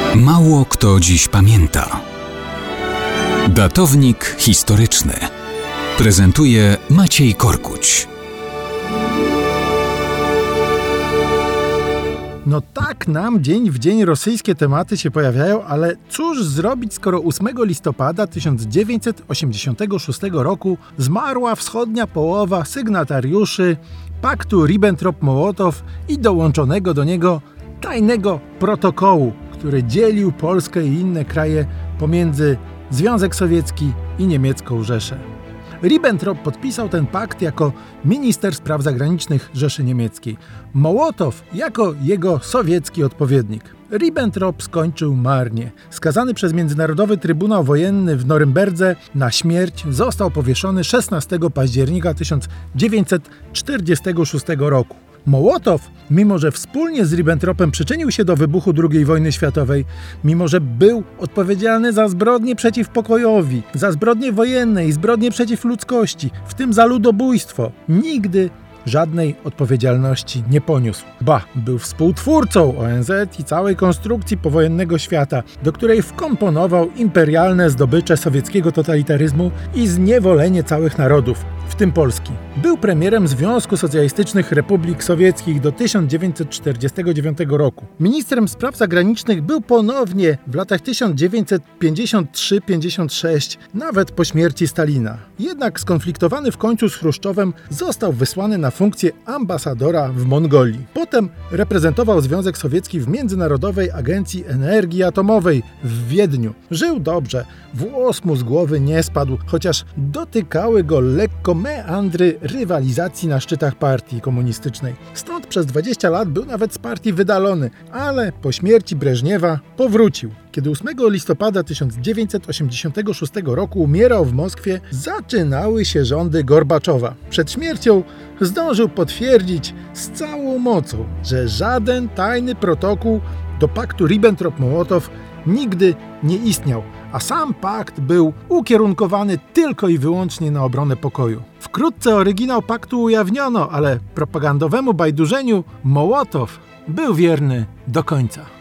Mało kto dziś pamięta. Datownik historyczny prezentuje Maciej Korkuć. No tak nam dzień w dzień rosyjskie tematy się pojawiają, ale cóż zrobić, skoro 8 listopada 1986 roku zmarła wschodnia połowa sygnatariuszy paktu Ribbentrop-Mołotow i dołączonego do niego tajnego protokołu, który dzielił Polskę i inne kraje pomiędzy Związek Sowiecki i Niemiecką Rzeszę. Ribbentrop podpisał ten pakt jako minister spraw zagranicznych Rzeszy Niemieckiej, Mołotow jako jego sowiecki odpowiednik. Ribbentrop skończył marnie. Skazany przez Międzynarodowy Trybunał Wojenny w Norymberdze na śmierć, został powieszony 16 października 1946 roku. Mołotow, mimo że wspólnie z Ribbentropem przyczynił się do wybuchu II wojny światowej, mimo że był odpowiedzialny za zbrodnie przeciw pokojowi, za zbrodnie wojenne i zbrodnie przeciw ludzkości, w tym za ludobójstwo, nigdy żadnej odpowiedzialności nie poniósł. Ba, był współtwórcą ONZ i całej konstrukcji powojennego świata, do której wkomponował imperialne zdobycze sowieckiego totalitaryzmu i zniewolenie całych narodów, w tym Polski. Był premierem Związku Socjalistycznych Republik Sowieckich do 1949 roku. Ministrem spraw zagranicznych był ponownie w latach 1953-56, nawet po śmierci Stalina. Jednak skonfliktowany w końcu z Chruszczowem został wysłany na funkcję ambasadora w Mongolii. Potem reprezentował Związek Sowiecki w Międzynarodowej Agencji Energii Atomowej w Wiedniu. Żył dobrze, włos mu z głowy nie spadł, chociaż dotykały go lekko meandry rywalizacji na szczytach partii komunistycznej. Stąd przez 20 lat był nawet z partii wydalony, ale po śmierci Breżniewa powrócił. Kiedy 8 listopada 1986 roku umierał w Moskwie, zaczynały się rządy Gorbaczowa. Przed śmiercią zdążył potwierdzić z całą mocą, że żaden tajny protokół do paktu Ribbentrop-Mołotow nigdy nie istniał, a sam pakt był ukierunkowany tylko i wyłącznie na obronę pokoju. Wkrótce oryginał paktu ujawniono, ale propagandowemu bajdurzeniu Mołotow był wierny do końca.